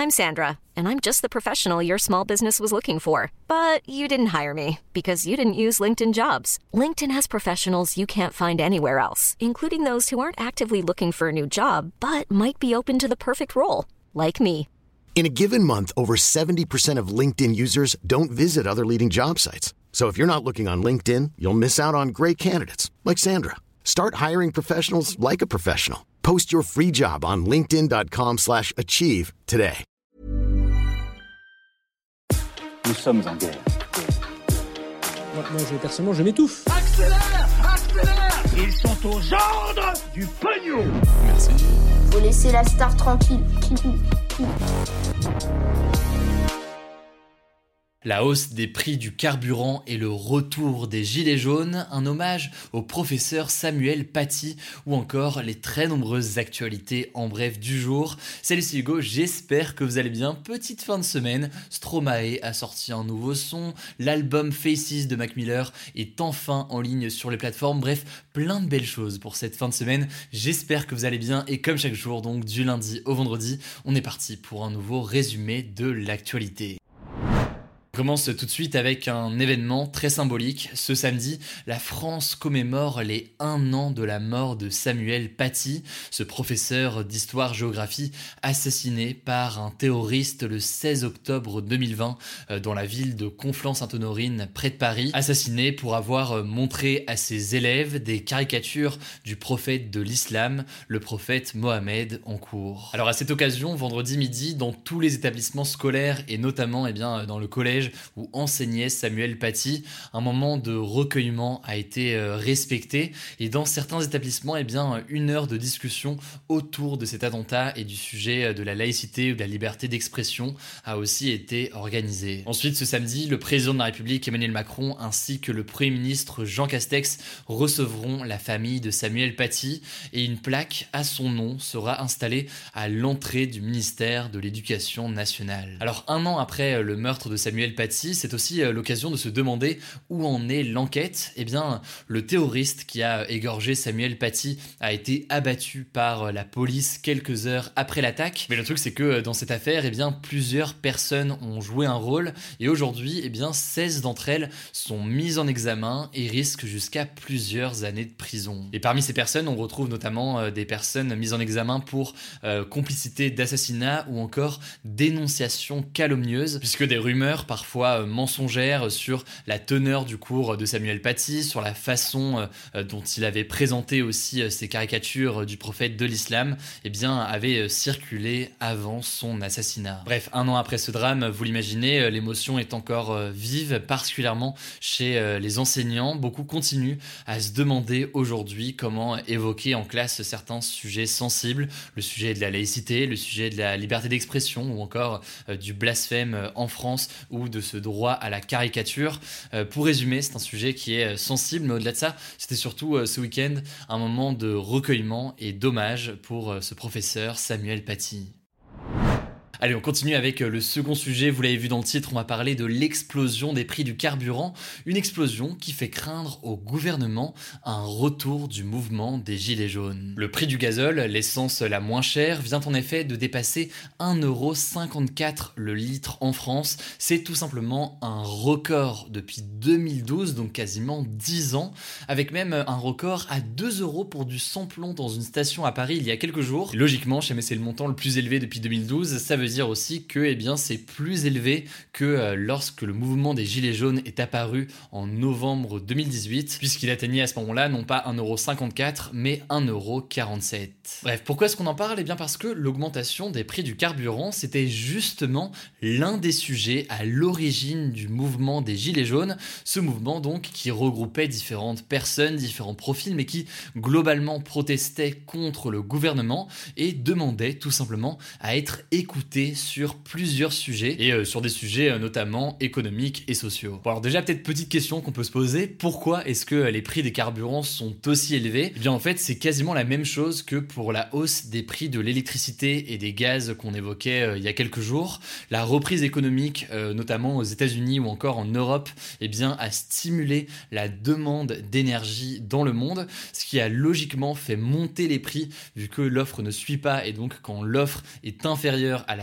I'm Sandra, and I'm just the professional your small business was looking for. But you didn't hire me because you didn't use LinkedIn Jobs. LinkedIn has professionals you can't find anywhere else, including those who aren't actively looking for a new job, but might be open to the perfect role, like me. In a given month, over 70% of LinkedIn users don't visit other leading job sites. So if you're not looking on LinkedIn, you'll miss out on great candidates like Sandra. Start hiring professionals like a professional. Post your free job on linkedin.com/achieve today. Nous sommes en guerre. Moi personnellement, je m'étouffe. Accélère! Ils sont aux ordres du pognon. Merci. Faut laisser la star tranquille. La hausse des prix du carburant et le retour des gilets jaunes, un hommage au professeur Samuel Paty ou encore les très nombreuses actualités en bref du jour. Salut, c'est Hugo, j'espère que vous allez bien. Petite fin de semaine, Stromae a sorti un nouveau son, l'album Faces de Mac Miller est enfin en ligne sur les plateformes. Bref, plein de belles choses pour cette fin de semaine. J'espère que vous allez bien et comme chaque jour, donc du lundi au vendredi, on est parti pour un nouveau résumé de l'actualité. On commence tout de suite avec un événement très symbolique. Ce samedi, la France commémore les 1 an de la mort de Samuel Paty, ce professeur d'histoire-géographie assassiné par un terroriste le 16 octobre 2020 dans la ville de Conflans-Sainte-Honorine, près de Paris. Assassiné pour avoir montré à ses élèves des caricatures du prophète de l'islam, le prophète Mohammed, en cours. Alors à cette occasion, vendredi midi, dans tous les établissements scolaires et notamment dans le collège où enseignait Samuel Paty, un moment de recueillement a été respecté et dans certains établissements, 1 heure de discussion autour de cet attentat et du sujet de la laïcité ou de la liberté d'expression a aussi été organisée. Ensuite, ce samedi, le président de la République Emmanuel Macron ainsi que le Premier ministre Jean Castex recevront la famille de Samuel Paty et une plaque à son nom sera installée à l'entrée du ministère de l'Éducation nationale. Alors 1 an après le meurtre de Samuel Paty, c'est aussi l'occasion de se demander où en est l'enquête. Le terroriste qui a égorgé Samuel Paty a été abattu par la police quelques heures après l'attaque. Mais le truc, c'est que dans cette affaire, plusieurs personnes ont joué un rôle et aujourd'hui, 16 d'entre elles sont mises en examen et risquent jusqu'à plusieurs années de prison. Et parmi ces personnes, on retrouve notamment des personnes mises en examen pour complicité d'assassinat ou encore dénonciation calomnieuse, puisque des rumeurs parfois mensongères sur la teneur du cours de Samuel Paty, sur la façon dont il avait présenté aussi ces caricatures du prophète de l'islam, avaient circulé avant son assassinat. Bref, 1 an après ce drame, vous l'imaginez, l'émotion est encore vive, particulièrement chez les enseignants. Beaucoup continuent à se demander aujourd'hui comment évoquer en classe certains sujets sensibles, le sujet de la laïcité, le sujet de la liberté d'expression ou encore du blasphème en France ou de ce droit à la caricature. Pour résumer, c'est un sujet qui est sensible, mais au-delà de ça, c'était surtout ce week-end un moment de recueillement et d'hommage pour ce professeur Samuel Paty. Allez, on continue avec le second sujet, vous l'avez vu dans le titre, on va parler de l'explosion des prix du carburant, une explosion qui fait craindre au gouvernement un retour du mouvement des gilets jaunes. Le prix du gazole, l'essence la moins chère, vient en effet de dépasser 1,54€ le litre en France. C'est tout simplement un record depuis 2012, donc quasiment 10 ans, avec même un record à 2€ pour du sans-plomb dans une station à Paris il y a quelques jours. Logiquement, c'est le montant le plus élevé depuis 2012, ça veut dire aussi que c'est plus élevé que lorsque le mouvement des Gilets jaunes est apparu en novembre 2018, puisqu'il atteignait à ce moment-là non pas 1,54€, mais 1,47€. Bref, pourquoi est-ce qu'on en parle ? Parce que l'augmentation des prix du carburant, c'était justement l'un des sujets à l'origine du mouvement des Gilets jaunes, ce mouvement donc qui regroupait différentes personnes, différents profils, mais qui globalement protestait contre le gouvernement et demandait tout simplement à être écouté sur plusieurs sujets et sur des sujets notamment économiques et sociaux. Bon, alors déjà peut-être petite question qu'on peut se poser, pourquoi est-ce que les prix des carburants sont aussi élevés ? En fait c'est quasiment la même chose que pour la hausse des prix de l'électricité et des gaz qu'on évoquait il y a quelques jours. La reprise économique notamment aux États-Unis ou encore en Europe a stimulé la demande d'énergie dans le monde, ce qui a logiquement fait monter les prix vu que l'offre ne suit pas et donc quand l'offre est inférieure à la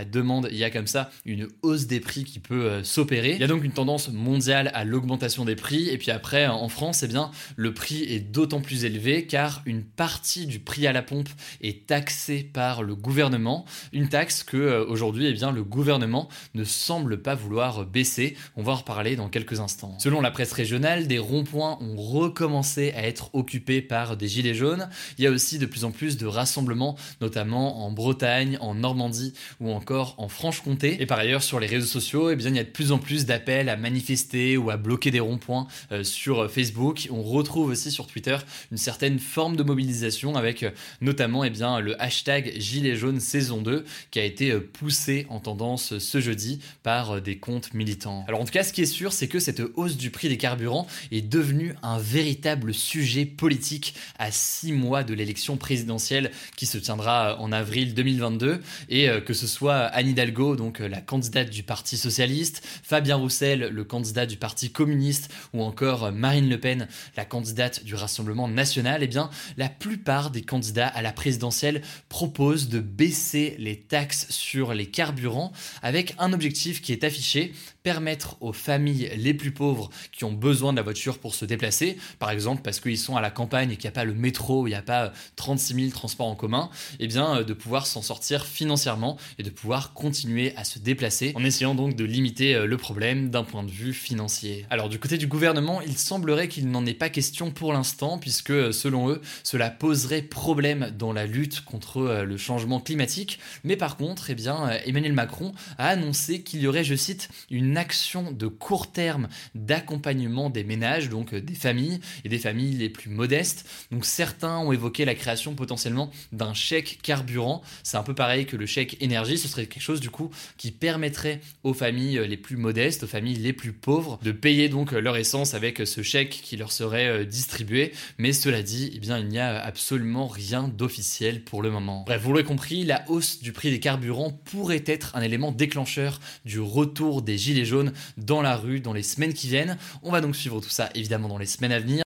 la demande, il y a comme ça une hausse des prix qui peut s'opérer. Il y a donc une tendance mondiale à l'augmentation des prix. Et puis après, en France, eh bien, le prix est d'autant plus élevé car une partie du prix à la pompe est taxée par le gouvernement. Une taxe que aujourd'hui, eh bien, le gouvernement ne semble pas vouloir baisser. On va en reparler dans quelques instants. Selon la presse régionale, des ronds-points ont recommencé à être occupés par des gilets jaunes. Il y a aussi de plus en plus de rassemblements, notamment en Bretagne, en Normandie ou encore en Franche-Comté. Et par ailleurs, sur les réseaux sociaux, eh bien, il y a de plus en plus d'appels à manifester ou à bloquer des ronds-points sur Facebook. On retrouve aussi sur Twitter une certaine forme de mobilisation avec notamment eh bien, le hashtag Gilets jaunes saison 2 qui a été poussé en tendance ce jeudi par des comptes militants. Alors en tout cas, ce qui est sûr, c'est que cette hausse du prix des carburants est devenue un véritable sujet politique à 6 mois de l'élection présidentielle qui se tiendra en avril 2022 et que ce soit Anne Hidalgo, donc la candidate du Parti socialiste, Fabien Roussel, le candidat du Parti communiste ou encore Marine Le Pen, la candidate du Rassemblement national, eh bien la plupart des candidats à la présidentielle proposent de baisser les taxes sur les carburants avec un objectif qui est affiché: permettre aux familles les plus pauvres qui ont besoin de la voiture pour se déplacer, par exemple parce qu'ils sont à la campagne et qu'il n'y a pas le métro, il n'y a pas 36 000 transports en commun, eh bien de pouvoir s'en sortir financièrement et de pouvoir continuer à se déplacer en essayant donc de limiter le problème d'un point de vue financier. Alors du côté du gouvernement, il semblerait qu'il n'en est pas question pour l'instant puisque selon eux, cela poserait problème dans la lutte contre le changement climatique, mais par contre, eh bien, Emmanuel Macron a annoncé qu'il y aurait, je cite, une action de court terme d'accompagnement des ménages, donc des familles et des familles les plus modestes. Donc certains ont évoqué la création potentiellement d'un chèque carburant. C'est un peu pareil que le chèque énergie. Ce serait quelque chose du coup qui permettrait aux familles les plus modestes, aux familles les plus pauvres, de payer donc leur essence avec ce chèque qui leur serait distribué. Mais cela dit, eh bien, il n'y a absolument rien d'officiel pour le moment. Bref, vous l'aurez compris, la hausse du prix des carburants pourrait être un élément déclencheur du retour des gilets jaunes dans la rue dans les semaines qui viennent. On va donc suivre tout ça évidemment dans les semaines à venir.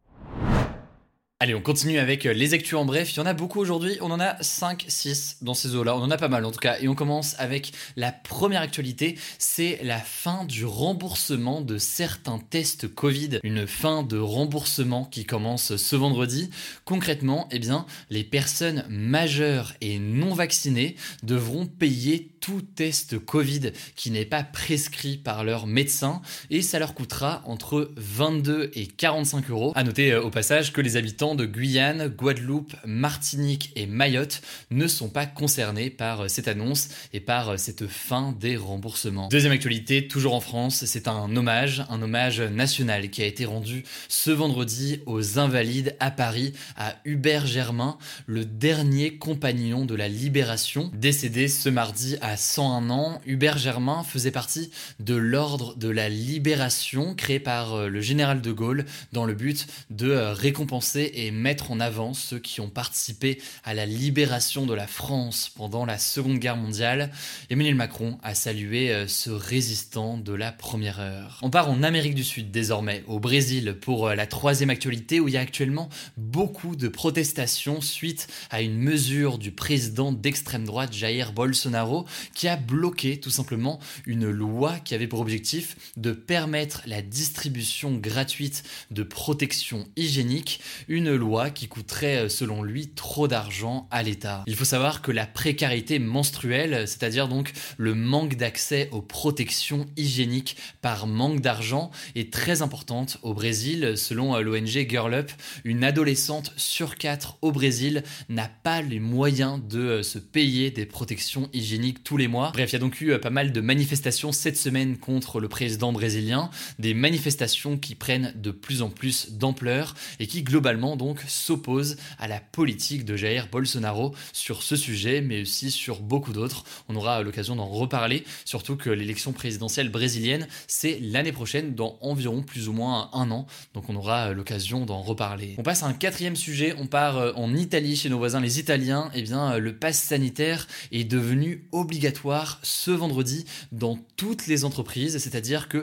Allez, on continue avec les actus en bref. Il y en a beaucoup aujourd'hui. On en a 5, 6 dans ces eaux-là. On en a pas mal en tout cas. Et on commence avec la première actualité. C'est la fin du remboursement de certains tests Covid. Une fin de remboursement qui commence ce vendredi. Concrètement, eh bien, les personnes majeures et non vaccinées devront payer tout test Covid qui n'est pas prescrit par leur médecin et ça leur coûtera entre 22 et 45 euros. À noter au passage que les habitants de Guyane, Guadeloupe, Martinique et Mayotte ne sont pas concernés par cette annonce et par cette fin des remboursements. Deuxième actualité, toujours en France, c'est un hommage national qui a été rendu ce vendredi aux Invalides à Paris, à Hubert Germain, le dernier compagnon de la Libération, décédé ce mardi à 101 ans. Hubert Germain faisait partie de l'ordre de la Libération créé par le général de Gaulle dans le but de récompenser et mettre en avant ceux qui ont participé à la libération de la France pendant la Seconde Guerre mondiale. Emmanuel Macron a salué ce résistant de la première heure. On part en Amérique du Sud désormais, au Brésil, pour la troisième actualité où il y a actuellement beaucoup de protestations suite à une mesure du président d'extrême droite Jair Bolsonaro qui a bloqué tout simplement une loi qui avait pour objectif de permettre la distribution gratuite de protection hygiénique, une loi qui coûterait selon lui trop d'argent à l'État. Il faut savoir que la précarité menstruelle, c'est-à-dire donc le manque d'accès aux protections hygiéniques par manque d'argent, est très importante au Brésil. Selon l'ONG Girl Up, une adolescente sur 4 au Brésil n'a pas les moyens de se payer des protections hygiéniques tous les mois. Bref, il y a donc eu pas mal de manifestations cette semaine contre le président brésilien, des manifestations qui prennent de plus en plus d'ampleur et qui globalement donc s'opposent à la politique de Jair Bolsonaro sur ce sujet, mais aussi sur beaucoup d'autres. On aura l'occasion d'en reparler, surtout que l'élection présidentielle brésilienne, c'est l'année prochaine, dans environ plus ou moins un an, donc on aura l'occasion d'en reparler. On passe à un quatrième sujet, on part en Italie, chez nos voisins les Italiens. Eh bien, le pass sanitaire est devenu obligatoire ce vendredi dans toutes les entreprises, c'est-à-dire que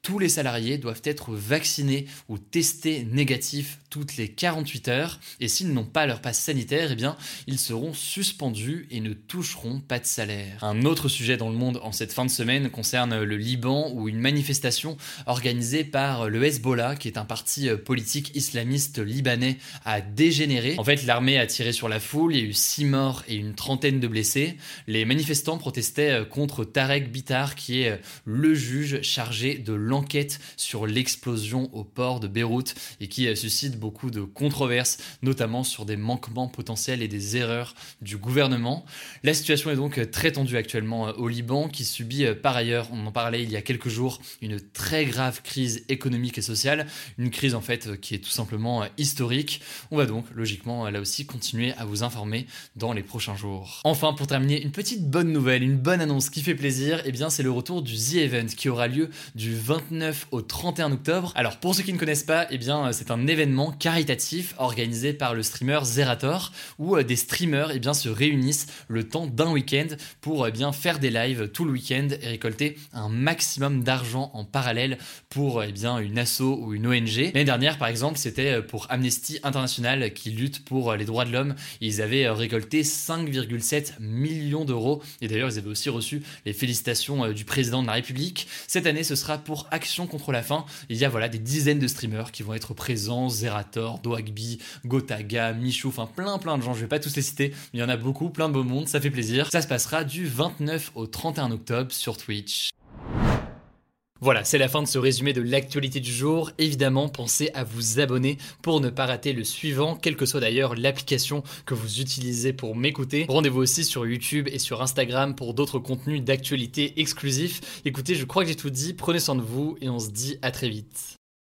tous les salariés doivent être vaccinés ou testés négatifs toutes les 48 heures et s'ils n'ont pas leur passe sanitaire, eh bien, ils seront suspendus et ne toucheront pas de salaire. Un autre sujet dans le monde en cette fin de semaine concerne le Liban où une manifestation organisée par le Hezbollah, qui est un parti politique islamiste libanais, a dégénéré. En fait, l'armée a tiré sur la foule, il y a eu 6 morts et une trentaine de blessés. Les manifestants protestaient contre Tarek Bitar, qui est le juge chargé de l'enquête sur l'explosion au port de Beyrouth et qui suscite beaucoup de controverses, notamment sur des manquements potentiels et des erreurs du gouvernement. La situation est donc très tendue actuellement au Liban, qui subit par ailleurs, on en parlait il y a quelques jours, une très grave crise économique et sociale, une crise en fait qui est tout simplement historique. On va donc logiquement là aussi continuer à vous informer dans les prochains jours. Enfin, pour terminer, une petite bonne nouvelle, une bonne annonce qui fait plaisir, et bien c'est le retour du The Event qui aura lieu du 29 au 31 octobre. Alors pour ceux qui ne connaissent pas, eh bien c'est un événement caritatif organisé par le streamer Zerator où des streamers eh bien, se réunissent le temps d'un week-end pour eh bien, faire des lives tout le week-end et récolter un maximum d'argent en parallèle pour eh bien, une asso ou une ONG. L'année dernière par exemple c'était pour Amnesty International qui lutte pour les droits de l'homme. Ils avaient récolté 5,7 millions d'euros et d'ailleurs ils avaient aussi reçu les félicitations du président de la République. Cette année ce sera pour Action contre la faim. Il y a des dizaines de streamers qui vont être présents, Zerator, Doagby, Gotaga, Michou, enfin plein de gens, je vais pas tous les citer, mais il y en a beaucoup, plein de beau monde, ça fait plaisir. Ça se passera du 29 au 31 octobre sur Twitch. Voilà, c'est la fin de ce résumé de l'actualité du jour. Évidemment, pensez à vous abonner pour ne pas rater le suivant, quelle que soit d'ailleurs l'application que vous utilisez pour m'écouter. Rendez-vous aussi sur YouTube et sur Instagram pour d'autres contenus d'actualité exclusifs. Écoutez, je crois que j'ai tout dit, prenez soin de vous et on se dit à très vite.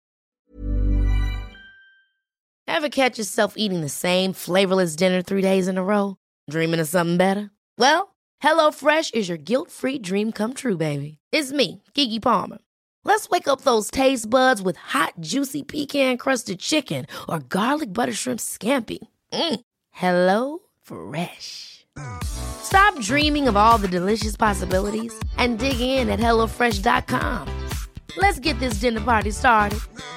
Ever catch yourself eating the same flavorless dinner 3 days in a row? Dreaming of something better? Well, HelloFresh is your guilt-free dream come true, baby. It's me, Keke Palmer. Let's wake up those taste buds with hot, juicy pecan-crusted chicken or garlic butter shrimp scampi. Hello Fresh. Stop dreaming of all the delicious possibilities and dig in at HelloFresh.com. Let's get this dinner party started.